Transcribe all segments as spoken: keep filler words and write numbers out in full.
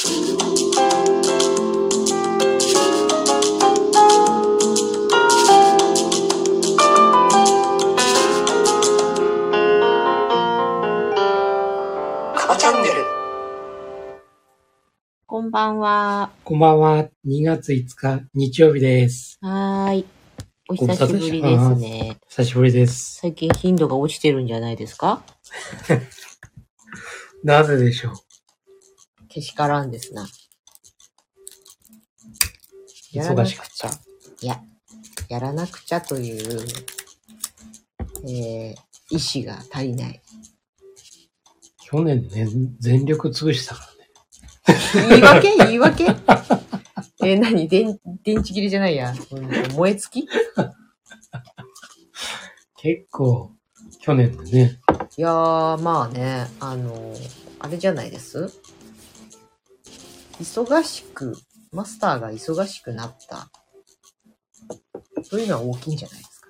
こんばんは。 こんばんは。にがついつか日曜日です。 はーい。お久しぶりですね。 久しぶりです。 最近頻度が落ちてるんじゃないですか？ なぜでしょう。 けしからんですな。やら忙しかっなくちゃ。 た。 いや、やらなくちゃという、えー、意志が足りない。 去年ね、全力潰したからね。 言い訳言い訳えー、何電、電池切れじゃないや。燃え尽き結構、去年でね。 いやー、まあね、あのー、あれじゃないです。忙しく、マスターが忙しくなった。そういうのは大きいんじゃないですか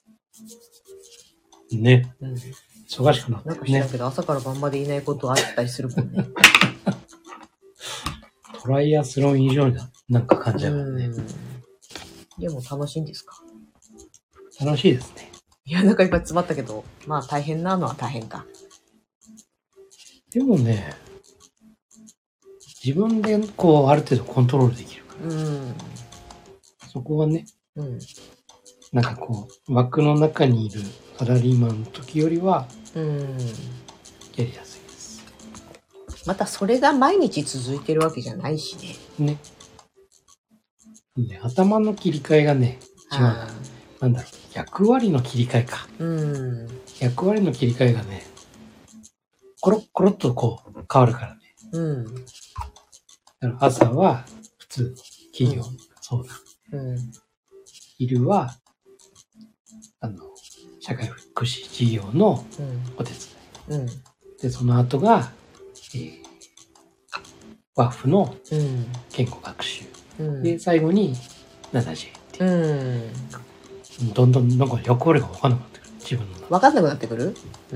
ね。ね。 うん。 忙しくなったね。 なんか知らんけど、朝から晩までいないことあったりするもんね。 トライアスロン以上になんか感じだからね。 でも楽しいんですか？ 楽しいですね。 いや、なんかいっぱい詰まったけど、まあ大変なのは大変か。 でもね、自分でこう、ある程度コントロールできるから。うん。そこはね、うん。なんかこう、枠の中にいるサラリーマンの時よりは、うん。やりやすいです。 またそれが毎日続いてるわけじゃないしね。 ね。ね、頭の切り替えがね、違うな。なんだろう、役割の切り替えか。うん。役割の切り替えがね、コロッコロッとこう変わるからね。うん。だから朝は普通企業、うん、そうだ。うん。昼はあの社会福祉事業のお手伝い。うん。でその後が、えー、ワッフの言語学習。うん、で最後に ななジェー っていう。うん。どんどんなんか役割が分かんなくなってくる。自分の中で。 分かんなくなってくる？うん。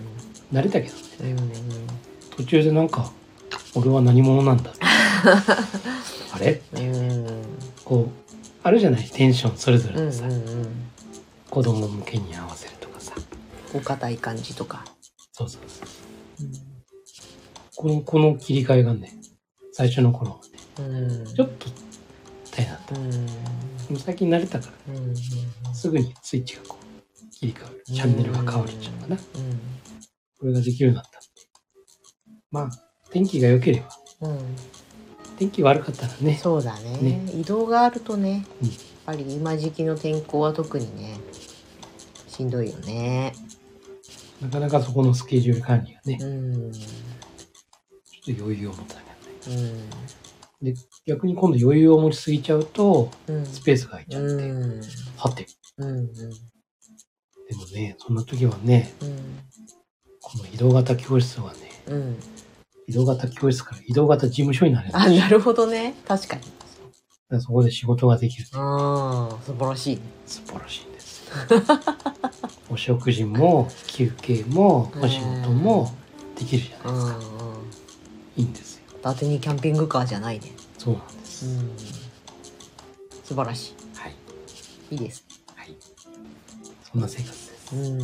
慣れたけどね。うん、途中でなんか俺は何者なんだあれって、うん、こうあるじゃない、テンションそれぞれのさ、うんうんうん、子供向けに合わせるとかさ、 お堅い感じとか、 そうそうそう、うん、このこの切り替えがね、最初の頃はね、うん、ちょっと大変だった、うん、でも最近慣れたから、ね、うんうんうん、すぐにスイッチがこう切り替わる、チャンネルが変わるっていうのかな、うんうん、これができるようになった。まあ天気が良ければ、うん、天気悪かったらね。 そうだ ね, ね移動があるとね、うん、やっぱり今時期の天候は特にねしんどいよね。 なかなかそこのスケジュール管理がね、うん、ちょっと余裕を持たなきゃいけない、うん、で逆に今度余裕を持ちすぎちゃうと、うん、スペースが空いちゃって、うん、はて、うんうん、でもねそんな時はね、うん、この移動型教室はね、うん、移動型教室から移動型事務所になれる。 あ、なるほどね。確かに。 だそこで仕事ができる。 ああ、素晴らしい。 素晴らしいんです。お食事も休憩もお仕事もできるじゃないですか。いいんですよ。 伊達にキャンピングカーじゃないね。 そうなんです。うん、 素晴らしい。 はい。 いいです。 はい。そんな生活です。うん。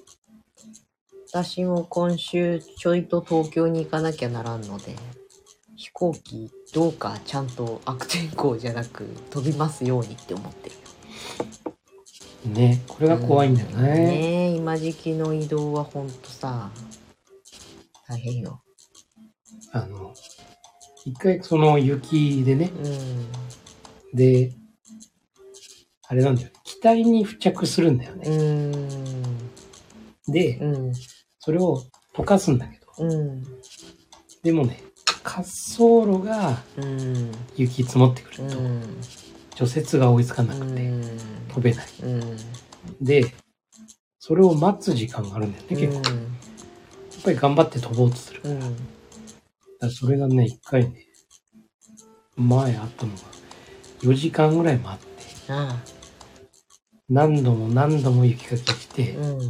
私も今週ちょいと東京に行かなきゃならんので、飛行機どうかちゃんと悪天候じゃなく飛びますようにって思ってるよ。ね、これが怖いんだよね。うん、 ね、今時期の移動はほんとさ、大変よ。 あの、一回その雪でね、うん、で、あれなんだよ、機体に付着するんだよね。うん、で、うん、それを溶かすんだけど、うん、でもね、滑走路が雪積もってくると、うん、除雪が追いつかなくて、うん、飛べない、うん、でそれを待つ時間があるんだよね、結構、うん、やっぱり頑張って飛ぼうとするから、うん、だからそれがね一回ね前あったのがよじかんぐらい待って、ああ、何度も何度も雪かきして、うん、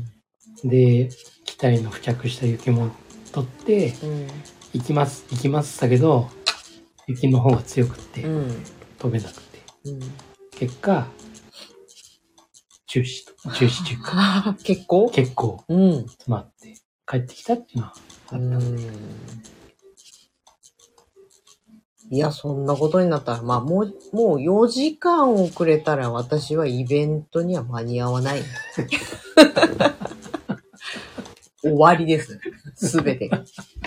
で機体の付着した雪も取って、うん、行きます行きますだけど雪の方が強くて、 うん。 飛べなくて。 うん。 結果、中止と。中止中か。 結構結構、 うん。 詰まって帰ってきたっていうのはあったので。 いや、そんなことになったら、まあ、もう、もうよじかん遅れたら私はイベントには間に合わない。終わりです。すべてが。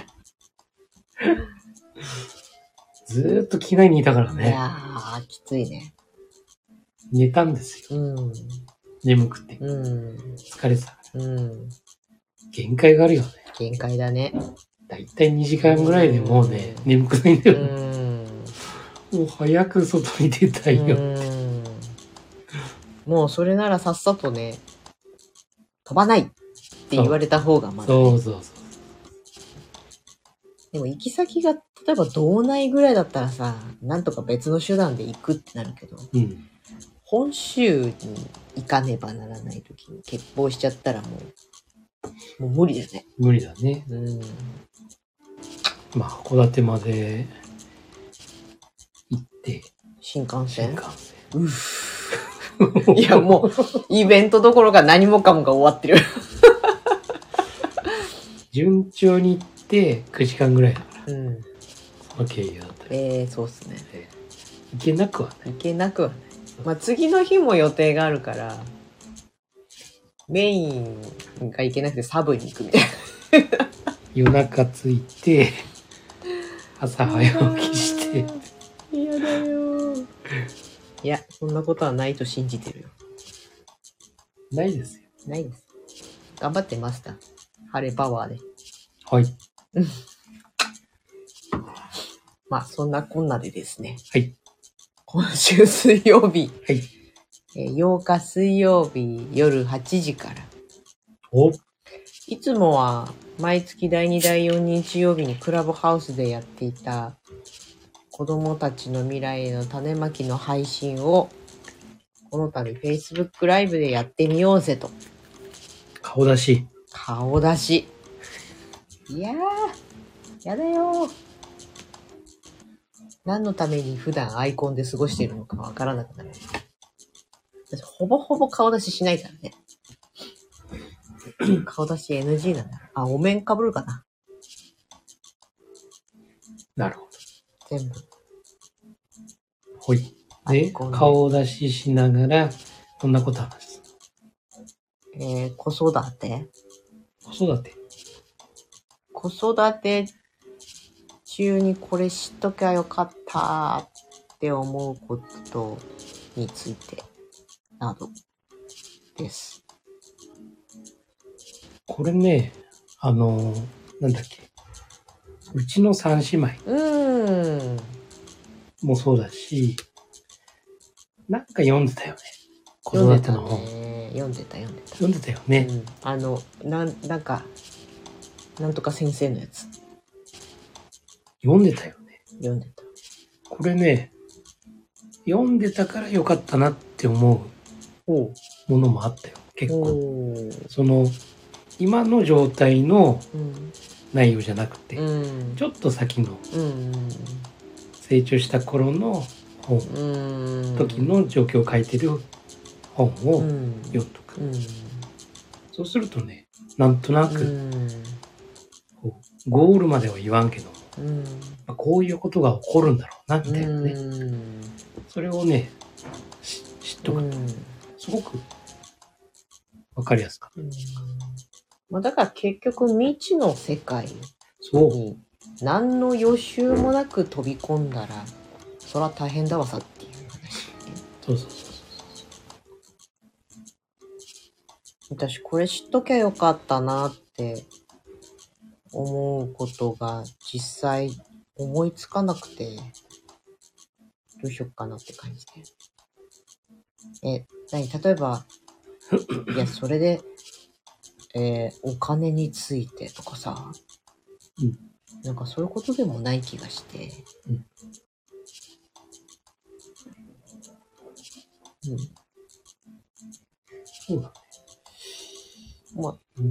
ずーっと機内にいたからいね。 やー、きついね。 寝たんですよ。 うん。 眠くて。 うん。 疲れてたから。 うん。 限界があるよね。 限界だね。 だいたいにじかんぐらいでもうね、眠くないんだよね。もう早く外に出たいよ。 もうそれならさっさとね、飛ばないって言われた方がまだ、ね、 そうそうそう。 でも行き先が例えば道内ぐらいだったらさ、なんとか別の手段で行くってなるけど、 うん、 本州に行かねばならない時に欠航しちゃったらもう、もう無理ですね。 無理だね。うん。まあ、函館まで行って。 新幹線新幹線。 うふいや、もう、イベントどころか何もかもが終わってる。 順調に行ってくじかんぐらいだから。うん。その経由だったり。 ええー、そうっすね。 えー、行けなくはない。 行けなくはない。まあ、次の日も予定があるから、メインが行けなくてサブに行くみたいな。 夜中着いて、朝早起きして。 嫌だよ。いや、そんなことはないと信じてるよ。 ないですよ。 ないです。頑張ってました。晴れパワーで。 はい。 まあ、そんなこんなでですね。 はい。 今週水曜日。 はい。 えー、ようか水曜日夜はちじから。 お。 いつもは毎月だいにだいよん日曜日にクラブハウスでやっていた子供たちの未来への種まきの配信をこの度 Facebook ライブでやってみようぜと。 顔出し。 顔出し。いやー、やだよー。何のために普段アイコンで過ごしているのかわからなくなる。私ほぼほぼ顔出ししないからね。顔出し エヌジー なんだ。あ、お面かぶるかな。 なるほど。 全部。 ほい。で、顔出ししながら、どんなこと話すの？えー、子育て子育て子育て中にこれ知っときゃよかったって思うことについてなどです。 これね、あの、なんだっけ。うちの三姉妹。うーん。もそうだし、なんか読んでたよね。子育ての本。 読んでた、読んでた。 読んでたよね。 うん、あの、なん、なんか、なんとか先生のやつ。 読んでたよね。 読んでた。 これね、読んでたからよかったなって思うものもあったよ。結構。その、今の状態の内容じゃなくて、うん、ちょっと先の、成長した頃の本、時の状況を書いてる本を読んどく。うんうん、そうするとね、なんとなく、こうゴールまでは言わんけども、うんまあ、こういうことが起こるんだろうな、みたいなね。それをね、知っとくと、すごくわかりやすかった。うんまあ、だから結局未知の世界に何の予習もなく飛び込んだら、そら大変だわさっていう話、ね。 そうそうそうそう。 私これ知っときゃよかったなって思うことが実際思いつかなくて、どうしよっかなって感じで。え、何例えば、いや、それで、えー、お金についてとかさ、うん、なんかそういうことでもない気がして、うん。うん、 そうだね。 まあ、うん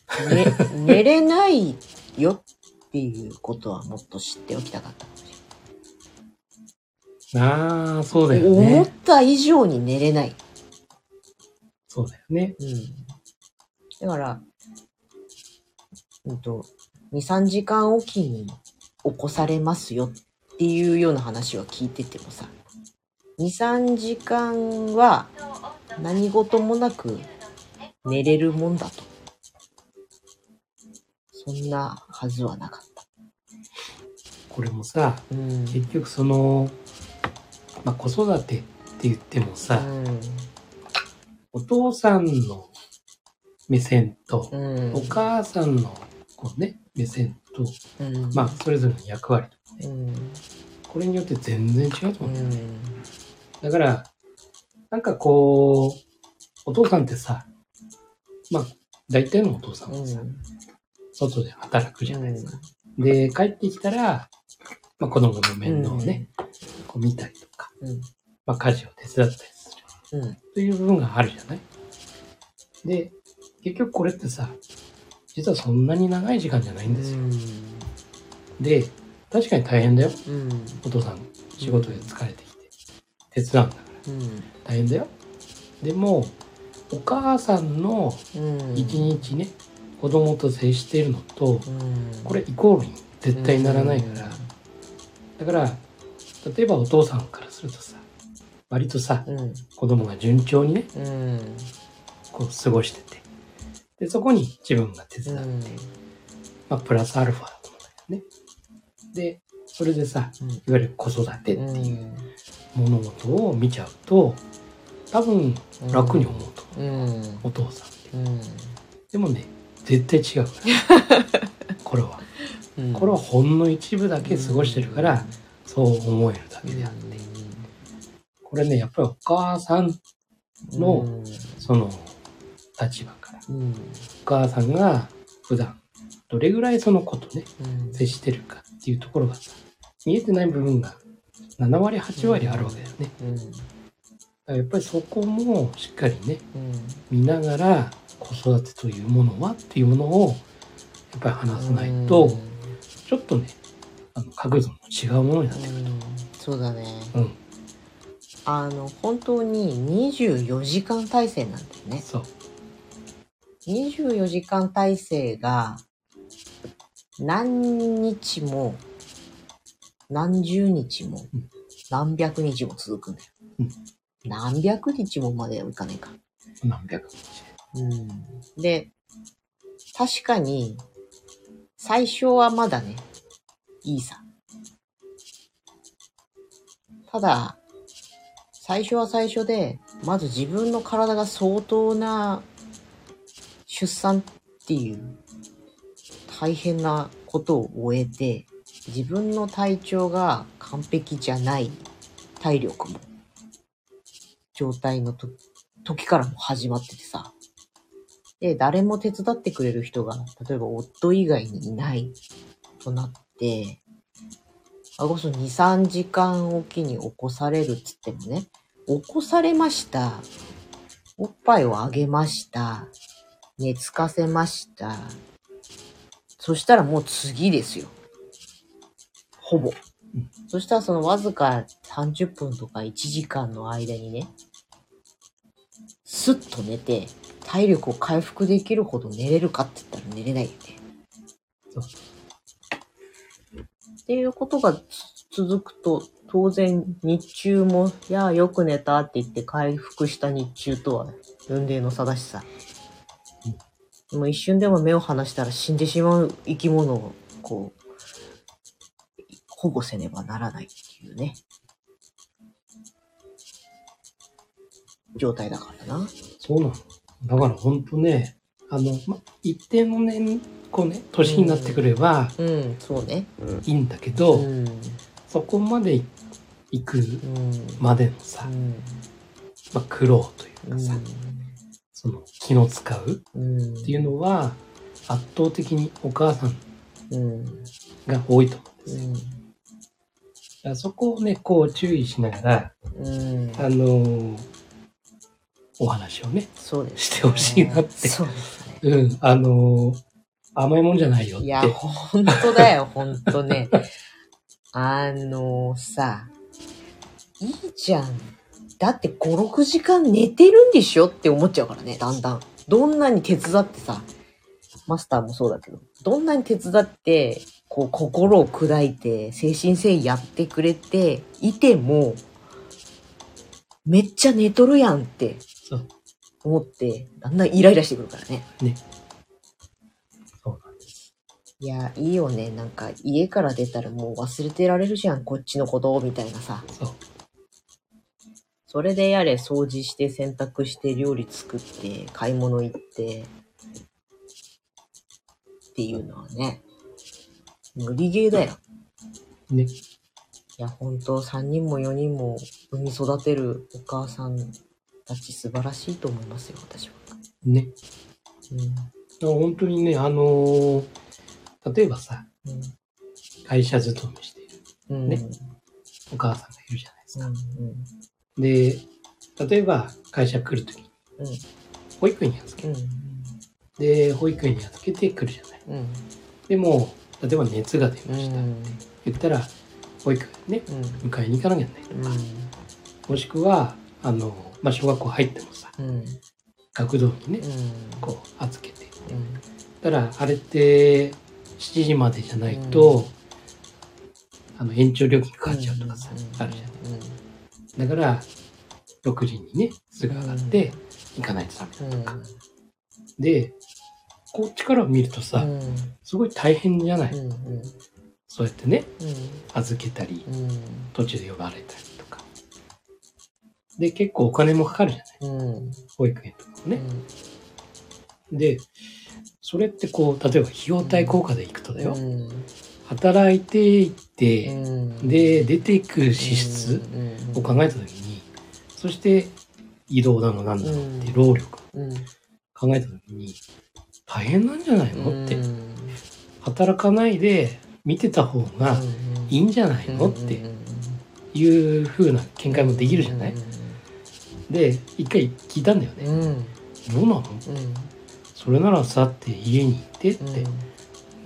うんね、寝れないよっていうことはもっと知っておきたかったかもしああ、そうだよ思っね。 た以上に寝れない。 そうだよね。 うん。だから、うんと、に、さんじかんおきに起こされますよっていうような話は聞いててもさ、に、さんじかんは何事もなく寝れるもんだと。そんなはずはなかった。 これもさ、 うん、 結局その、まあ、子育てって言ってもさ、うん、お父さんの目線と、うん、お母さんのこう、ね、目線と、うん、まあそれぞれの役割とかね、うん、これによって全然違うと思うんだよね。うん、だからなんかこうお父さんってさ、まあ大体のお父さんはさ、うん、外で働くじゃないですか。うん、で帰ってきたら、まあ、子供の面倒をね、うん、こう見たりとか、うん、まあ家事を手伝ったりする、うん、という部分があるじゃない。で結局これってさ、実はそんなに長い時間じゃないんですよ。うん、で確かに大変だよ、うん、お父さん仕事で疲れてきて、手伝うんだから、うん、大変だよ。でもお母さんの一日ね、うん、子供と接しているのと、うん、これイコールに絶対ならないから、うん、だから例えばお父さんからするとさ、割とさ、うん、子供が順調にね、うん、こう過ごしてて、でそこに自分が手伝って、うん、まあプラスアルファだと思うんだよね。でそれでさ、いわゆる子育てっていう物事を見ちゃうと多分楽に思うと思う、うん、お父さんって、うん、でもね絶対違うからこれは、うん、これはほんの一部だけ過ごしてるから、うん、そう思えるだけであって、うん、これねやっぱりお母さんの、うん、その立場から、うん、お母さんが普段どれぐらいその子とね、うん、接してるかっていうところがさ、見えてない部分がななわりはちわりあるわけだよね、うんうん、だからやっぱりそこもしっかりね、うん、見ながら子育てというものはっていうものをやっぱり話さないと、うん、ちょっとねあの角度の違うものになってくると、うん、 そうだね、うん、あの本当ににじゅうよじかん体制なんだよね。そうにじゅうよじかん体制が何日も何十日も、うん、何百日も続くんだよ、うん、何百日もまではいかないか、 何百日、 うん、で確かに最初はまだねいいさ。ただ最初は最初でまず自分の体が相当な出産っていう大変なことを終えて、自分の体調が完璧じゃない体力も状態のと時からも始まっててさ、で誰も手伝ってくれる人が例えば夫以外にいないとなって、あこそに、さんじかんおきに起こされるっつってもね、起こされました、おっぱいをあげました、寝つかせました、そしたらもう次ですよ。ほぼ。うん、そしたらそのわずかさんじゅっぷんとかいちじかんの間にね、スッと寝て体力を回復できるほど寝れるかって言ったら寝れないよね。そう。っていうことが続くと、当然日中も、いやよく寝たって言って回復した日中とは雲泥の差だしさ。うん、もう一瞬でも目を離したら死んでしまう生き物をこう、保護せねばならないっていうね。状態だからな。 そうなの。だからほんとね、あの、ま、一定の年、こうね、年になってくれば、 うん、うん、そうね。 いいんだけど、うん、そこまで行くまでのさ、うん、まあ、苦労というかさ、うん、その気の使うっていうのは、圧倒的にお母さんが多いと思うんですよ。うん、だからそこをね、こう注意しながら、うん、あのー、お話をね、 そうですね、 してほしいなって。 そうですね。 うん、あのー、甘いもんじゃないよって。 いや、ほんとだよ、ほんとね。あのー、さ、 いいじゃん。だってご、ろくじかん寝てるんでしょって思っちゃうからね、だんだん。どんなに手伝ってさ、マスターもそうだけど、どんなに手伝って、こう、心を砕いて、精神誠意やってくれていても、めっちゃ寝とるやんって思って、だんだんイライラしてくるからね。 ね。そうなんです。 いや、いいよね。なんか、家から出たらもう忘れてられるじゃん、こっちのことみたいなさ。 そう。 それでやれ、掃除して、洗濯して、料理作って、買い物行って、っていうのはね、無理ゲーだよ。 ね。 いや、ほんと、さんにんもよにんも産み育てるお母さんたち素晴らしいと思いますよ、私は。 ね。 うん。 本当にね、あのー、例えばさ、うん、会社勤めしている、うん、ね、お母さんがいるじゃないですか。うんうん、で、例えば会社来るときに、うん、保育園に預ける、うん。で、保育園に預けて来るじゃない。うん、でも、例えば熱が出ましたって言ったら、保育園ね、うん、迎えに行かなきゃいけないとか、うん、もしくは、あの、まあ、小学校入ってもさ、うん、学童にね、うん、こう預けて、うん、だからあれってしちじまでじゃないと、うん、あの延長料金かかっちゃうとかさ、うん、あるじゃない、うん、だからろくじにねすぐ上がって行かないとダメだとか、うん、でこっちから見るとさ、うん、すごい大変じゃない、うんうん、そうやってね、うん、預けたり、うん、途中で呼ばれたりとかで結構お金もかかるじゃない、うん、保育園とかもね、うん、でそれってこう例えば費用対効果でいくとだよ、うん、働いていって、うん、で出ていく支出を考えた時に、そして移動だのなんだろうっていう労力を考えた時に大変なんじゃないのって、働かないで見てた方がいいんじゃないのっていう風な見解もできるじゃない。で一回聞いたんだよね、どうなのって、それならさって家に行ってって、うん、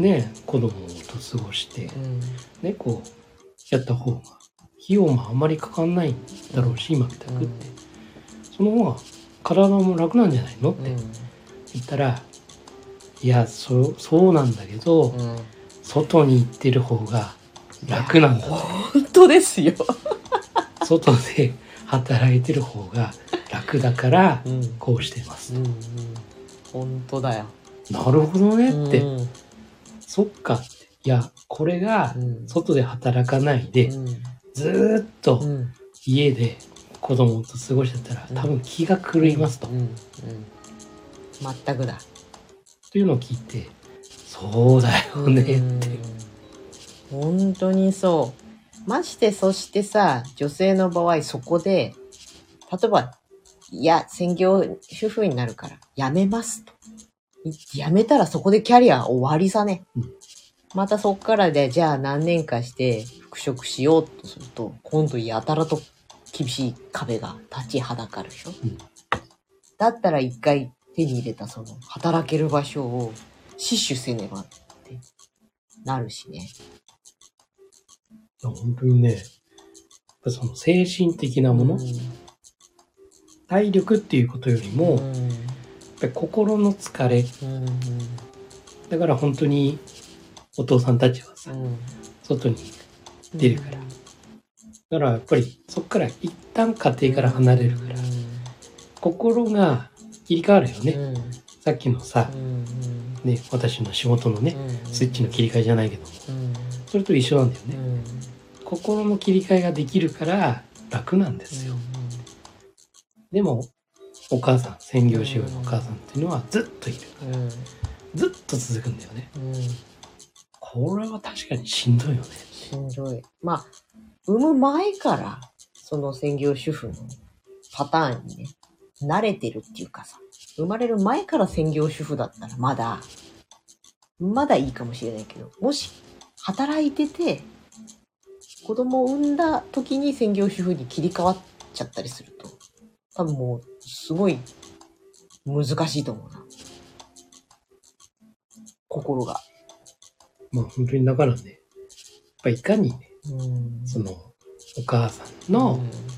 ね子供と過ごして、うん、ねこうやった方が費用もあんまりかかんないんだろうし、うん、今みたくって、うん、その方が体も楽なんじゃないのって言ったら、いやそそうなんだけど、うん、外に行ってる方が楽なんだって。 本当ですよ外で働いてる方が楽だからこうしてます、うんうんうん、 本当だよ。 なるほどねって、うん、そっかって、いやこれが外で働かないで、うん、ずーっと家で子供と過ごしてたら、うん、多分気が狂いますと、うんうんうん、 全くだというのを聞いて、そうだよねって、 本当にそう。ましてそしてさ、女性の場合そこで例えばいや専業主婦になるから辞めますと。辞めたらそこでキャリア終わりさね。うん、またそこからでじゃあ何年かして復職しようとすると今度やたらと厳しい壁が立ちはだかるでしょ。うん、だったら一回手に入れたその働ける場所を死守せねばってなるしね。 本当にね、その精神的なもの、うん、体力っていうことよりも、うん、やっぱり心の疲れ、うん、だから本当にお父さんたちはさ、うん、外に出るから、うん、だからやっぱりそこから一旦家庭から離れるから、うん、心が切り替わるよね、うん、さっきのさ、うんね、私の仕事のね、うん、スイッチの切り替えじゃないけども、うん、それと一緒なんだよね、うん、心の切り替えができるから楽なんですよ、うん、でもお母さん、専業主婦のお母さんっていうのはずっといる、うん、ずっと続くんだよね、うん、これは確かにしんどいよね。 しんどい。まあ産む前からその専業主婦のパターンにね慣れてるっていうかさ、生まれる前から専業主婦だったらまだまだいいかもしれないけど、もし働いてて子供を産んだ時に専業主婦に切り替わっちゃったりすると多分もうすごい難しいと思うな、心が。 まあ本当にだからね、やっぱいかにね、うん、そのお母さんの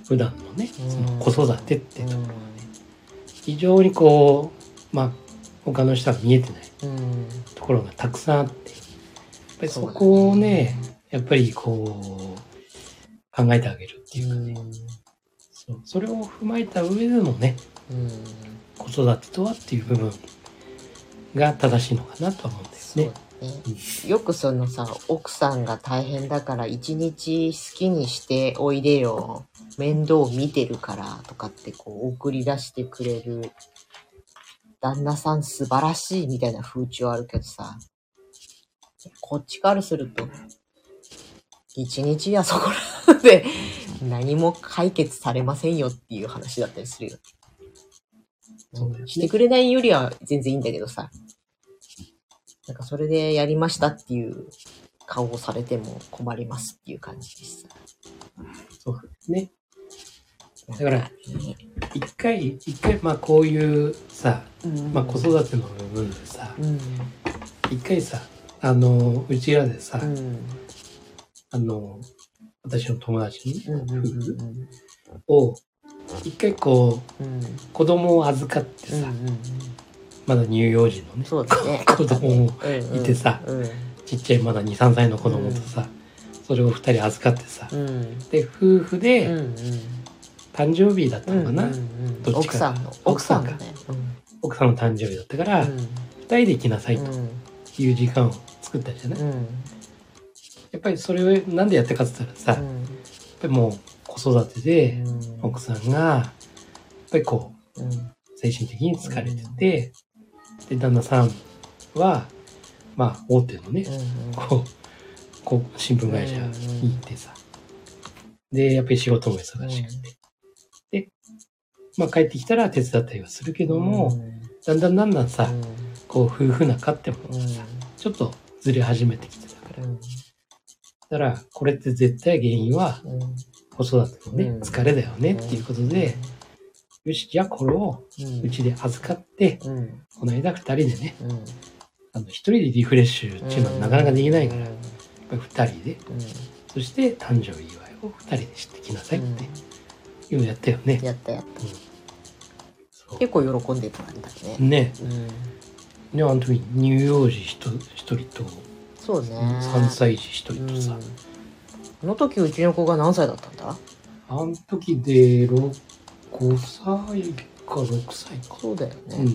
普段のね、その子育てってところがね、非常にこう、まあ、他の人は見えてないところがたくさんあって、やっぱりそこをね、やっぱりこう、考えてあげるっていうかね、そう、それを踏まえた上でのね、子育てとはっていう部分が正しいのかなとは思うんですね。 ね、うん、よくそのさ、奥さんが大変だから一日好きにしておいでよ、面倒見てるからとかってこう送り出してくれる旦那さん素晴らしいみたいな風潮あるけどさ、こっちからすると一日やそこらで何も解決されませんよっていう話だったりするよ。そうね、してくれないよりは全然いいんだけどさ、なんかそれでやりましたっていう顔をされても困りますっていう感じですさ。 そうですね。だから一回一回まあこういうさ、うん、まあ子育ての部分でさ、うん、一回さ、あのうちらでさ、うん、あの私の友達の夫婦を一回こう、うん、子供を預かってさ、うんうんうん、まだ乳幼児の ね, そうですね子供もいてさ、うんうん、ちっちゃいまだに、さんさいの子供とさ、うん、それをふたり預かってさ、うん、で夫婦で、うんうん、誕生日だったのかな、うんうんうん、どっちか奥さんの奥さんが、ね、うん、奥さんの誕生日だったから、うん、ふたりで行きなさいという時間を作ったじゃない、うん、やっぱりそれをなんでやってかって言ったらさ、うん、やっぱりもう子育てで奥さんがやっぱりこう、うん、精神的に疲れてて、で旦那さんはまあ大手のね、うん、こうこう新聞会社に行ってさ、でやっぱり仕事も忙しくて、うん、でまあ帰ってきたら手伝ったりはするけども、うん、だんだんだんだんさ、うん、こう夫婦仲ってものがさ、うん、ちょっとずれ始めてきてたから、うん、だからこれって絶対原因は子育てのね、うん、疲れだよねっていうことで、よしじゃあこれをうちで預かって、うん、この間ふたりでね、うん、あの一人でリフレッシュっていうのはなかなかできないから、うん、やっぱりふたりで、うん、そして誕生日祝いをふたりでしてきなさいっていうのやったよね。 やったやった。うん、結構喜んでたんだね。 ね。うん、であの時乳幼児一人と、 そうね。 さんさい児一人とさ、うん。 あの時うちの子が何歳だったんだ？ あの時でろく、ごさいかろくさいか。 そうだよね。うん、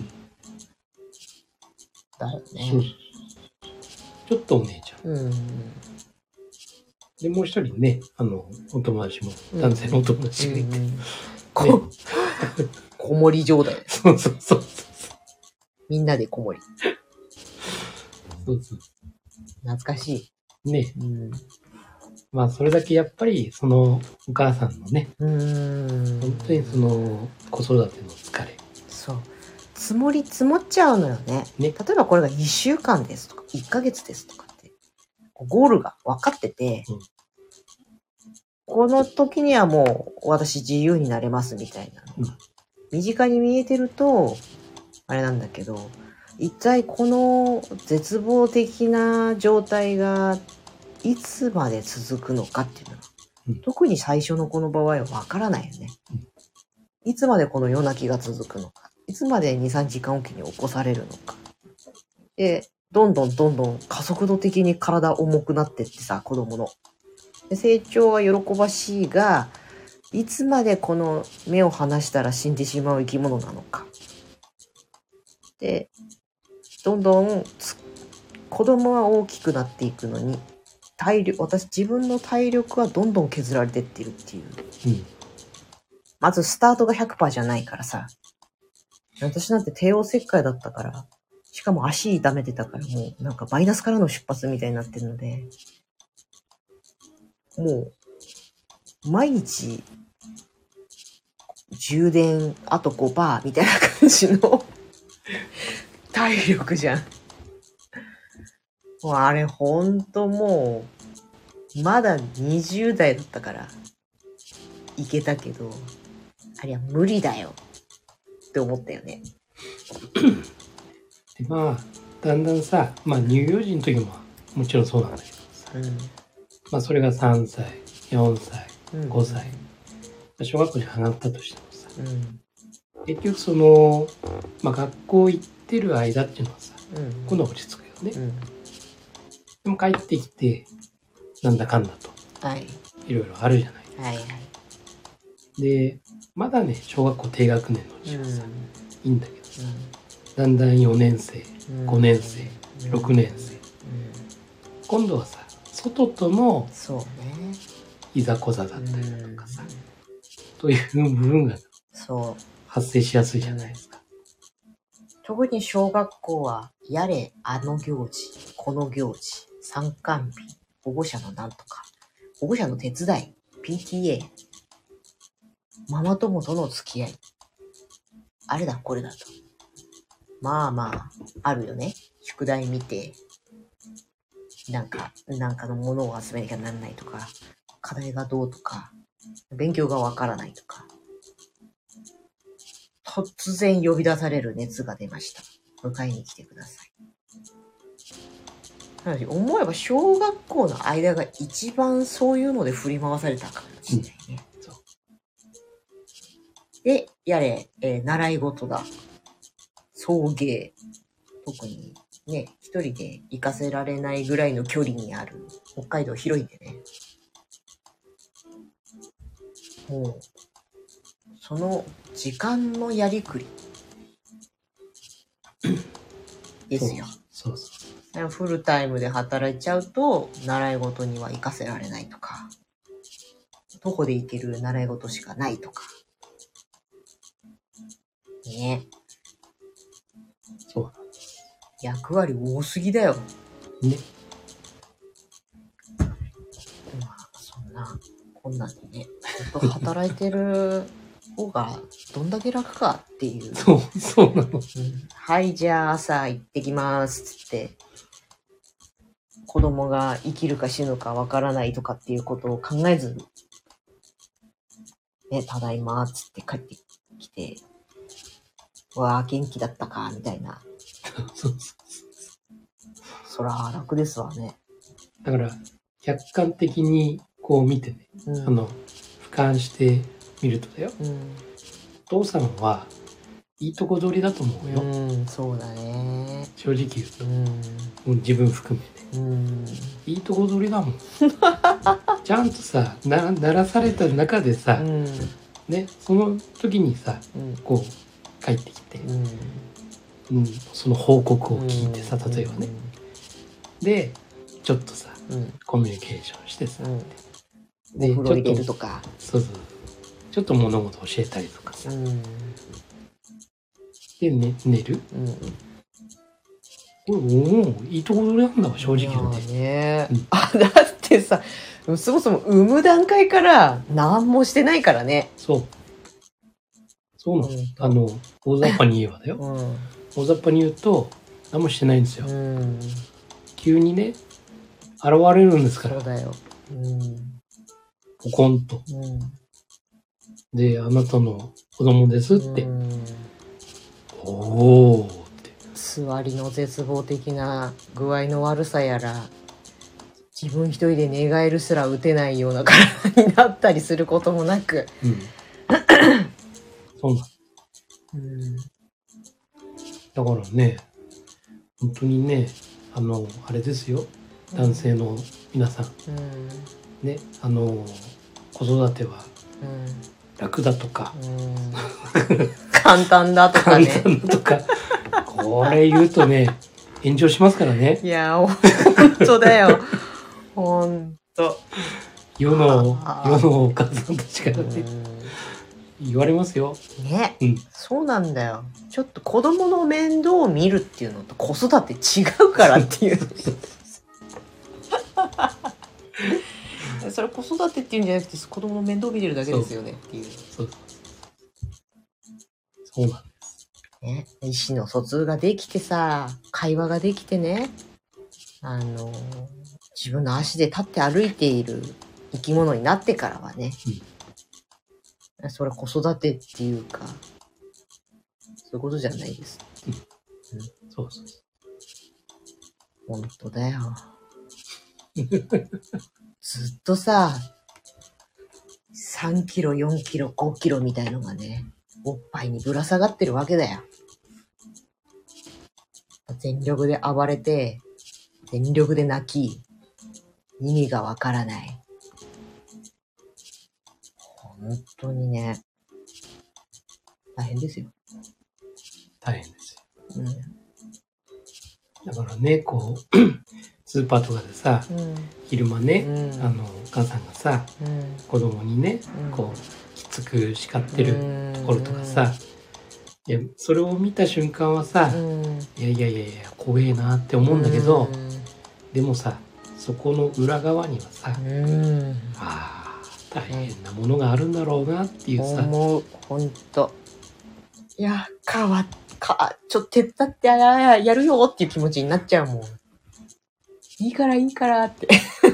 だよね。そうそうそう。 ちょっとお姉ちゃん。うん、でもう一人ね、あのお友達も男性のお友達がいて、うんうんね、 こ子守状態。 そうそうそうそう。 みんなで子守。 そうそう。 懐かしい。ね。うん、まあそれだけやっぱりそのお母さんのね、うーん本当にその子育ての疲れ。 そう。積もり積もっちゃうのよね。ね。例えばこれがにしゅうかんですとかいっかげつですとかってゴールが分かってて、うん、この時にはもう私自由になれますみたいなのが、うん、身近に見えてるとあれなんだけど、一体この絶望的な状態がいつまで続くのかっていうのは、うん、特に最初の子の場合は分からないよね、うん、いつまでこの夜泣きが続くのか、いつまで に,さん 時間おきに起こされるのかで、どんどんどんどん加速度的に体重くなってってさ、子供ので成長は喜ばしいが、いつまでこの目を離したら死んでしまう生き物なのかで、どんどん子供は大きくなっていくのに体力、私自分の体力はどんどん削られてってるっていう、うん、まずスタートが ひゃくパーセント じゃないからさ、私なんて帝王切開だったから、しかも足痛めてたからもうなんかマイナスからの出発みたいになってるので、もう毎日充電あと ごパーセント みたいな感じの体力じゃん。もうあれほんともうまだにじゅう代だったからいけたけど、あれは無理だよって思ったよね。 でまあだんだんさ、まあ乳幼児の時ももちろんそうなんだけどさ、うん、まあそれがさんさい、よんさい、ごさい、 小学校に上がったとしてもさ、 うん、 結局その、まあ、学校行ってる間っていうのはさ、 うん、 今度は落ち着くよね、 うん、 でも帰ってきてなんだかんだと、 はい、 いろいろあるじゃないですか、 はいはい、 でまだね小学校低学年のうちはさ、 うん、 いいんだけどさ、だんだんよねん生、ごねん生、ろくねん生、 うん、 今度はさ外とのそうね、 いざこざだったりだとかさ、という部分がそう発生しやすいじゃないですか。 特に小学校はやれあの行事、この行事、参観日、保護者のなんとか、保護者の手伝い、ピーティーエー、ママ友との付き合い、あれだこれだと。まあまあ、あるよね。宿題見て、なんか、なんかのものを集めなきゃなんないとか、課題がどうとか、勉強がわからないとか。突然呼び出される熱が出ました。迎えに来てください。思えば小学校の間が一番そういうので振り回されたかもしれないね。 うん、そうで、やれ、えー、習い事だ。送迎。特にね、一人で行かせられないぐらいの距離にある。北海道広いんでね。もう、その時間のやりくりですよ。 そうそうそう。フルタイムで働いちゃうと、習い事には行かせられないとか、徒歩で行ける習い事しかないとか。ね。 そう。 役割多すぎだよ。 ね。 まあ、そんな、こんなんでね、ずっと働いてる方がどんだけ楽かっていう。 そう、そうなの。うん、 はい、じゃあ朝行ってきますって、子供が生きるか死ぬかわからないとかっていうことを考えずに、ね、ただいまっつって帰ってきて、わあ、元気だったか、みたいな。 そうそうそう。 そら楽ですわね。 だから、客観的にこう見てね、うん、あの、俯瞰してみるとだよ。うん、お父さんはいいとこ取りだと思うよ。 うん、そうだね。 正直言うと。うん、もう自分含めて。うん、いいとこ取りだもん。ちゃんとさ、な、鳴らされた中でさ、うん、ね、その時にさ、うん、こう、帰ってきて、うんうん、その報告を聞いてさ、例えばね。で、ちょっとさ、うん、コミュニケーションしてさ、うん、で、お風呂入れるとか。そうそう。ちょっと物事教えたりとかさ。うん、で、ね、寝る。うん、これ、おお、いいとこ取りなんだわ、正直言って。ね、うん、 あ、だってさ、そもそも産む段階から何もしてないからね。 そう。そうなの。うん、あの、大雑把に言えばだよ。うん、大雑把に言うと、何もしてないんですよ。うん、急にね、現れるんですから。 そうだよ。うん、 ポコンと。うん、で、あなたの子供ですって。うん、おーって。 座りの絶望的な具合の悪さやら、自分一人で寝返るすら打てないような体になったりすることもなく。うん、 そうなん、うん、だからね、本当にね、あの、あれですよ。男性の皆さん。うん、ね、あの、子育ては楽だとか。うん、 簡単だとかね。 簡単だとか。これ言うとね、炎上しますからね。 いや、本当だよ。本当。 世の、世のお母さんたちからね、言われますよ。 ね、うん、そうなんだよ。ちょっと子供の面倒を見るっていうのと子育て違うからっていう。それ子育てっていうんじゃなくて子供の面倒を見てるだけですよねっていう。そう。 そうなんです。 ね、意思の疎通ができてさ、会話ができてね、あの自分の足で立って歩いている生き物になってからはね、うん、それ子育てっていうか、そういうことじゃないです。 うんうん、そうそう。 本当だよ。ずっとさ、 さんキロ、よんキロ、ごキロみたいのがね、おっぱいにぶら下がってるわけだよ。全力で暴れて、全力で泣き、意味がわからない。本当にね、大変ですよ。 大変ですよ。 うん、 だからね、こう、スーパーとかでさ、うん、昼間ね、うん、あの、お母さんがさ、うん、子供にね、うん、こう、きつく叱ってるところとかさ、いやそれを見た瞬間はさ、うん、いやいやいやいや、怖えなって思うんだけど、うん、でもさ、そこの裏側にはさ、うん、ああ、大変なものがあるんだろうなっていうさ。 思う、ほんと。いや、かわ、か、ちょっと手伝ってや、やるよっていう気持ちになっちゃうもん。いいからいいからって。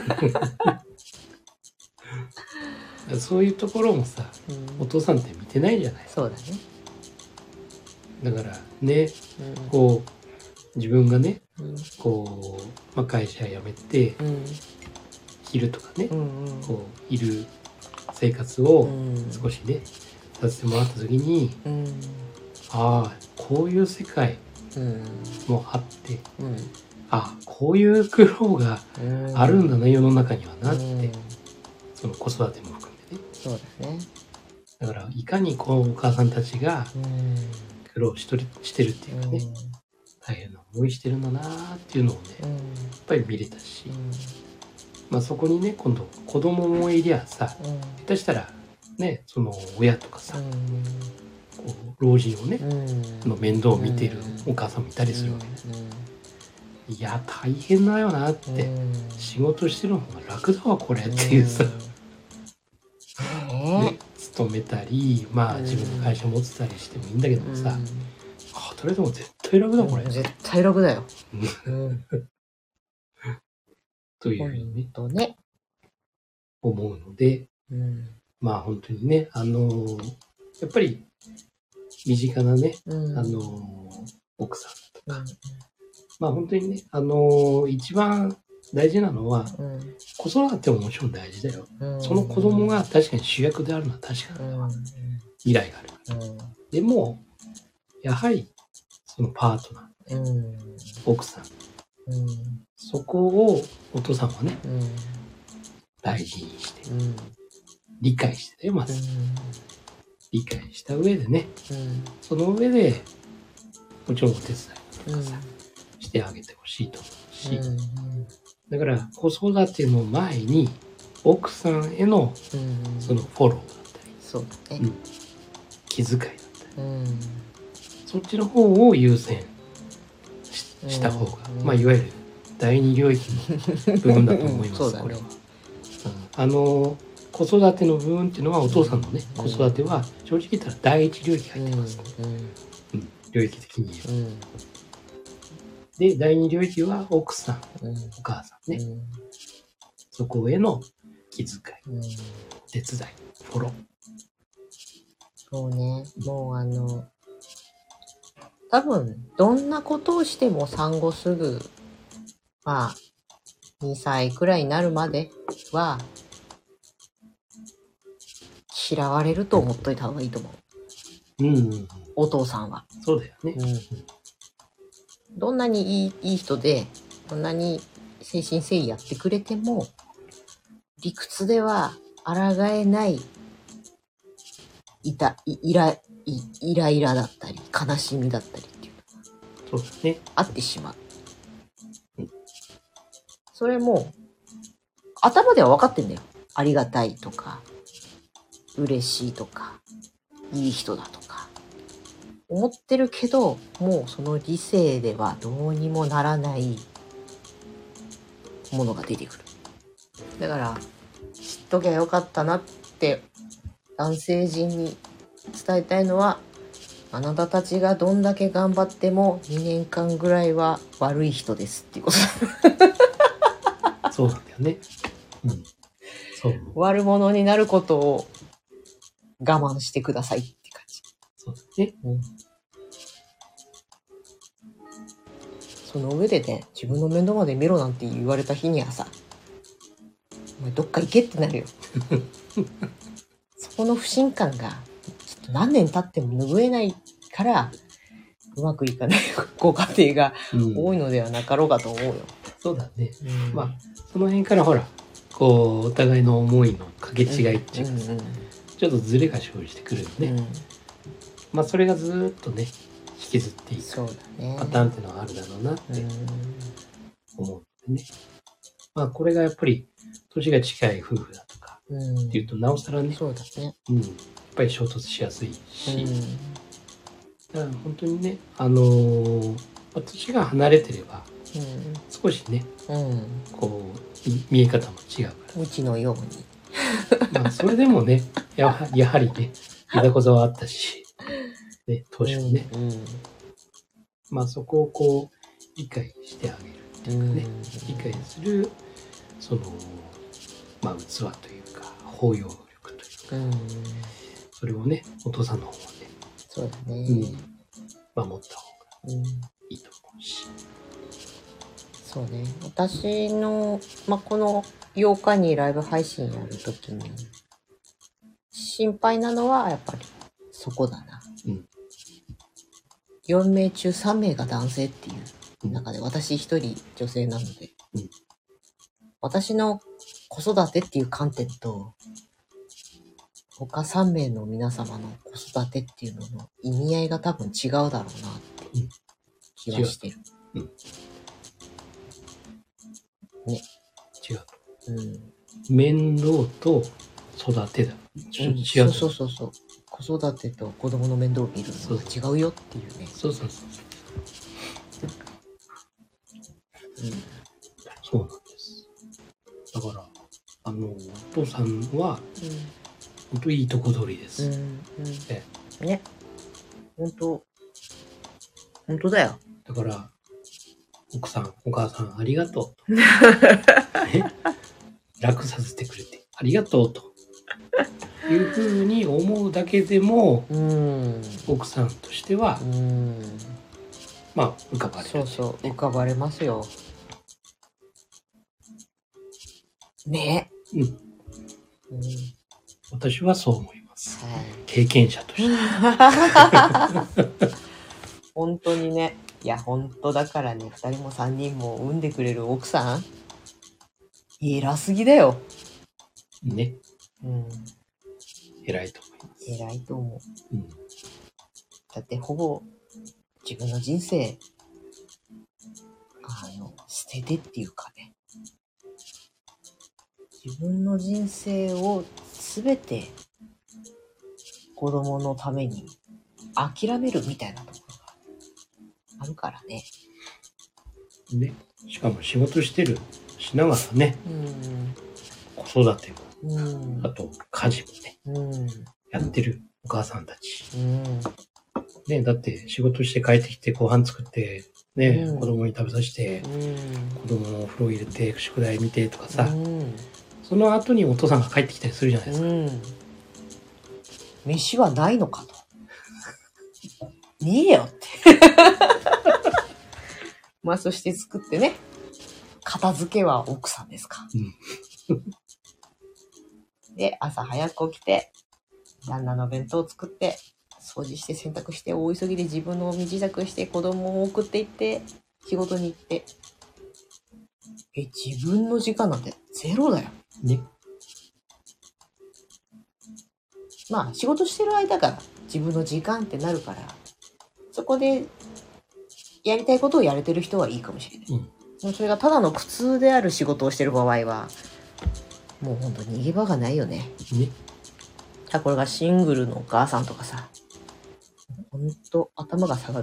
そういうところもさ、うん、お父さんって見てないじゃない。 そうだね。 だからね、うん、こう自分がね、うん、こう、まあ、会社辞めて、うん、昼とかね、うんうん、こういる生活を少しね、うん、させてもらった時に、うん、ああこういう世界もあって、うん、ああこういう苦労があるんだな、うん、世の中にはなって、うん、その子育ても含めてね。 そうだね。 だからいかにこのお母さんたちが苦労しとりしてるっていうかね、うん、大変な思いしてるんだなっていうのをね、うん、やっぱり見れたし、うん、まあそこにね今度子供もいりゃさ、うん、下手したらねその親とかさ、うん、こう老人をね、うん、の面倒を見ているお母さんもいたりするわけね、うん、いや大変だよなって、うん、仕事してる方が楽だわこれっていうさ、うん、ね、勤めたりまあ自分の会社持ってたりしてもいいんだけどもさ、うん、働いても絶対楽だこれ、うん、 絶対楽だよ、うん、 というふうにね、 とね思うので、うん、まあ本当にねあのー、やっぱり身近なね、うん、あのー、奥さんとか、うん、まあ本当にねあのー、一番大事なのは、うん、子育てももちろん大事だよ、うん、その子供が確かに主役であるのは確かなんだわ、うん、未来があるから、うん、でもやはりそのパートナー、ね、うん、奥さん、うん、そこをお父さんはね、うん、大事にして、うん、理解してねまず、うん、理解した上でね、うん、その上でもちろんお手伝いとかさ、うん、してあげてほしいと思うし、うん、だから子育ての前に奥さんへのそのフォローだったり、 そうだね、うん、 気遣いだったり、うん、そっちの方を優先 し, した方が、うん、まあいわゆる第二領域の部分だと思います、うんね、これは、うん、あの子育ての部分っていうのはお父さんのね、うん、子育ては正直言ったら第一領域入ってます、うんうんうん、領域的に言う、うん、で第二領域は奥さん、うん、お母さんね、うん、そこへの気遣い、うん、手伝い、フォロー、 そうね、もうあの多分どんなことをしても産後すぐまあにさいくらいになるまでは嫌われると思っといた方がいいと思う、うんうん、お父さんはそうだよね、 うん、どんなにいい、いい人でどんなに誠心誠意やってくれても理屈では抗えないいたいイライイライラだったり悲しみだったりっていうそうですね、 あってしまう、うん、それも頭では分かってんだよ、ありがたいとか嬉しいとかいい人だとか思ってるけどもうその理性ではどうにもならないものが出てくる。だから知っときゃよかったなって男性陣に伝えたいのは、あなたたちがどんだけ頑張ってもにねんかんぐらいは悪い人ですっていうことだ。そうなんだよね。うん。そう。 悪者になることを我慢してくださいって感じ。 そうだね。うん。 その上でね、自分の面倒まで見ろなんて言われた日にはさ、お前どっか行けってなるよ。 そこの不信感がちょっと何年経っても拭えないからうまくいかないご家庭が多いのではなかろうかと思うよ。うん、 そうだね。うん、まあその辺からほらこうお互いの思いの掛け違いっていうかさ、うんうんうん、ちょっとズレが生じてくるんで、うん、まあそれがずっとね引きずっていくパターンっていうのがあるだろうなって思うんでね。まあこれがやっぱり年が近い夫婦だとかっていうとなおさらね、 そうだね、 うん、やっぱり衝突しやすいし、うん、だから本当にね、あのー、年が離れてれば、うん、少しね、うん、こう見え方も違うから。 うちのように。 まあそれでもね、やはやはりね、いざこざはあったし、ね、当初ね、うんうん、まあそこをこう理解してあげるっていうかね、うん、理解するそのまあ器というか包容力というか、うん、それをね、お父さんの方はね、 そうだね、 うん、守った方がいいと思うし、うん、 そうね。私のまあこのようかにライブ配信やるときに心配なのはやっぱりそこだな。うん、よんめいちゅうさんめいが男性っていう中で私ひとり女性なので、うん、私の子育てっていう観点と他さんめいの皆様の子育てっていうのの意味合いが多分違うだろうなって気はしてる。うん、 ね。違う。うん。面倒と育てだ。 ちょっと違う、うん。そうそうそう。子育てと子供の面倒を見るのが違うよっていうね。 そうそうそう。うん。そうなんです。だから、あの、お父さんは、うん、本当いいとこ取りです。うんうん、 ね。ね。本当、本当だよ。 だから、奥さん、お母さんありがとうと。楽させてくれてありがとうというふうに思うだけでも、うん、奥さんとしては、うん、まあ浮かばれる、 ね。そうそう浮かばれますよ。ね。うん。うん、 私はそう思います。はい、経験者として。 本当にね。いや本当だからね、ふたりもさんにんも産んでくれる奥さん偉すぎだよ。 ね。うん。偉いと思います。 偉いと思う。うん。だってほぼ自分の人生あの捨ててっていうかね。自分の人生をすべて子供のために諦めるみたいなところがあるからね。 ね。しかも仕事してるしながらね。うん。子育ても、うん、あと家事もね、うん、やってるお母さんたち、うん、ね、だって仕事して帰ってきてご飯作ってね、うん、子供に食べさせて、うん、子供のお風呂入れて宿題見てとかさ、うん、その後にお父さんが帰ってきたりするじゃないですか。うん、 飯はないのかと。ねえよって。まあそして作ってね、片付けは奥さんですか。うんで、朝早く起きて、旦那の弁当を作って、掃除して洗濯して大急ぎで自分の身支度して子供を送っていって仕事に行って、え、自分の時間なんてゼロだよ。ね。まあ仕事してる間から自分の時間ってなるから、そこでやりたいことをやれてる人はいいかもしれない。うん、でもそれがただの苦痛である仕事をしてる場合は、もうほんと逃げ場がないよね。ね。これがシングルのお母さんとかさ、ほんと頭が下がる。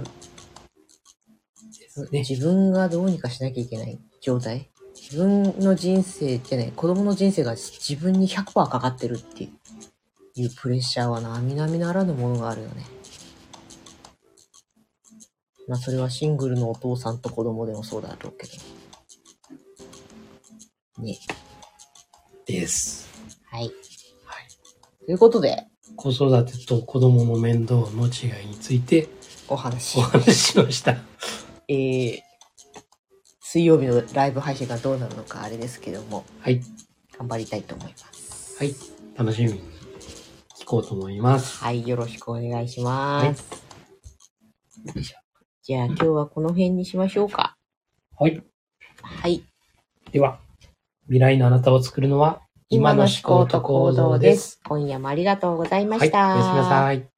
ね、自分がどうにかしなきゃいけない状態。自分の人生ってね、子供の人生が自分に ひゃくパーセント かかってるっていうプレッシャーは並々ならぬものがあるよね。まあそれはシングルのお父さんと子供でもそうだろうけど。ね。 です。 はい。はい。ということで。 子育てと子供の面倒の違いについてお話お話ししました。 えー、水曜日のライブ配信がどうなるのかあれですけども。 はい。 頑張りたいと思います。 はい。楽しみにこうと思います。 はい、よろしくお願いします。 はい、 じゃあ今日はこの辺にしましょうか。 はい。 はい。 では、未来のあなたを作るのは、 今の思考と行動です。今夜もありがとうございました。 はい、おやすみなさい。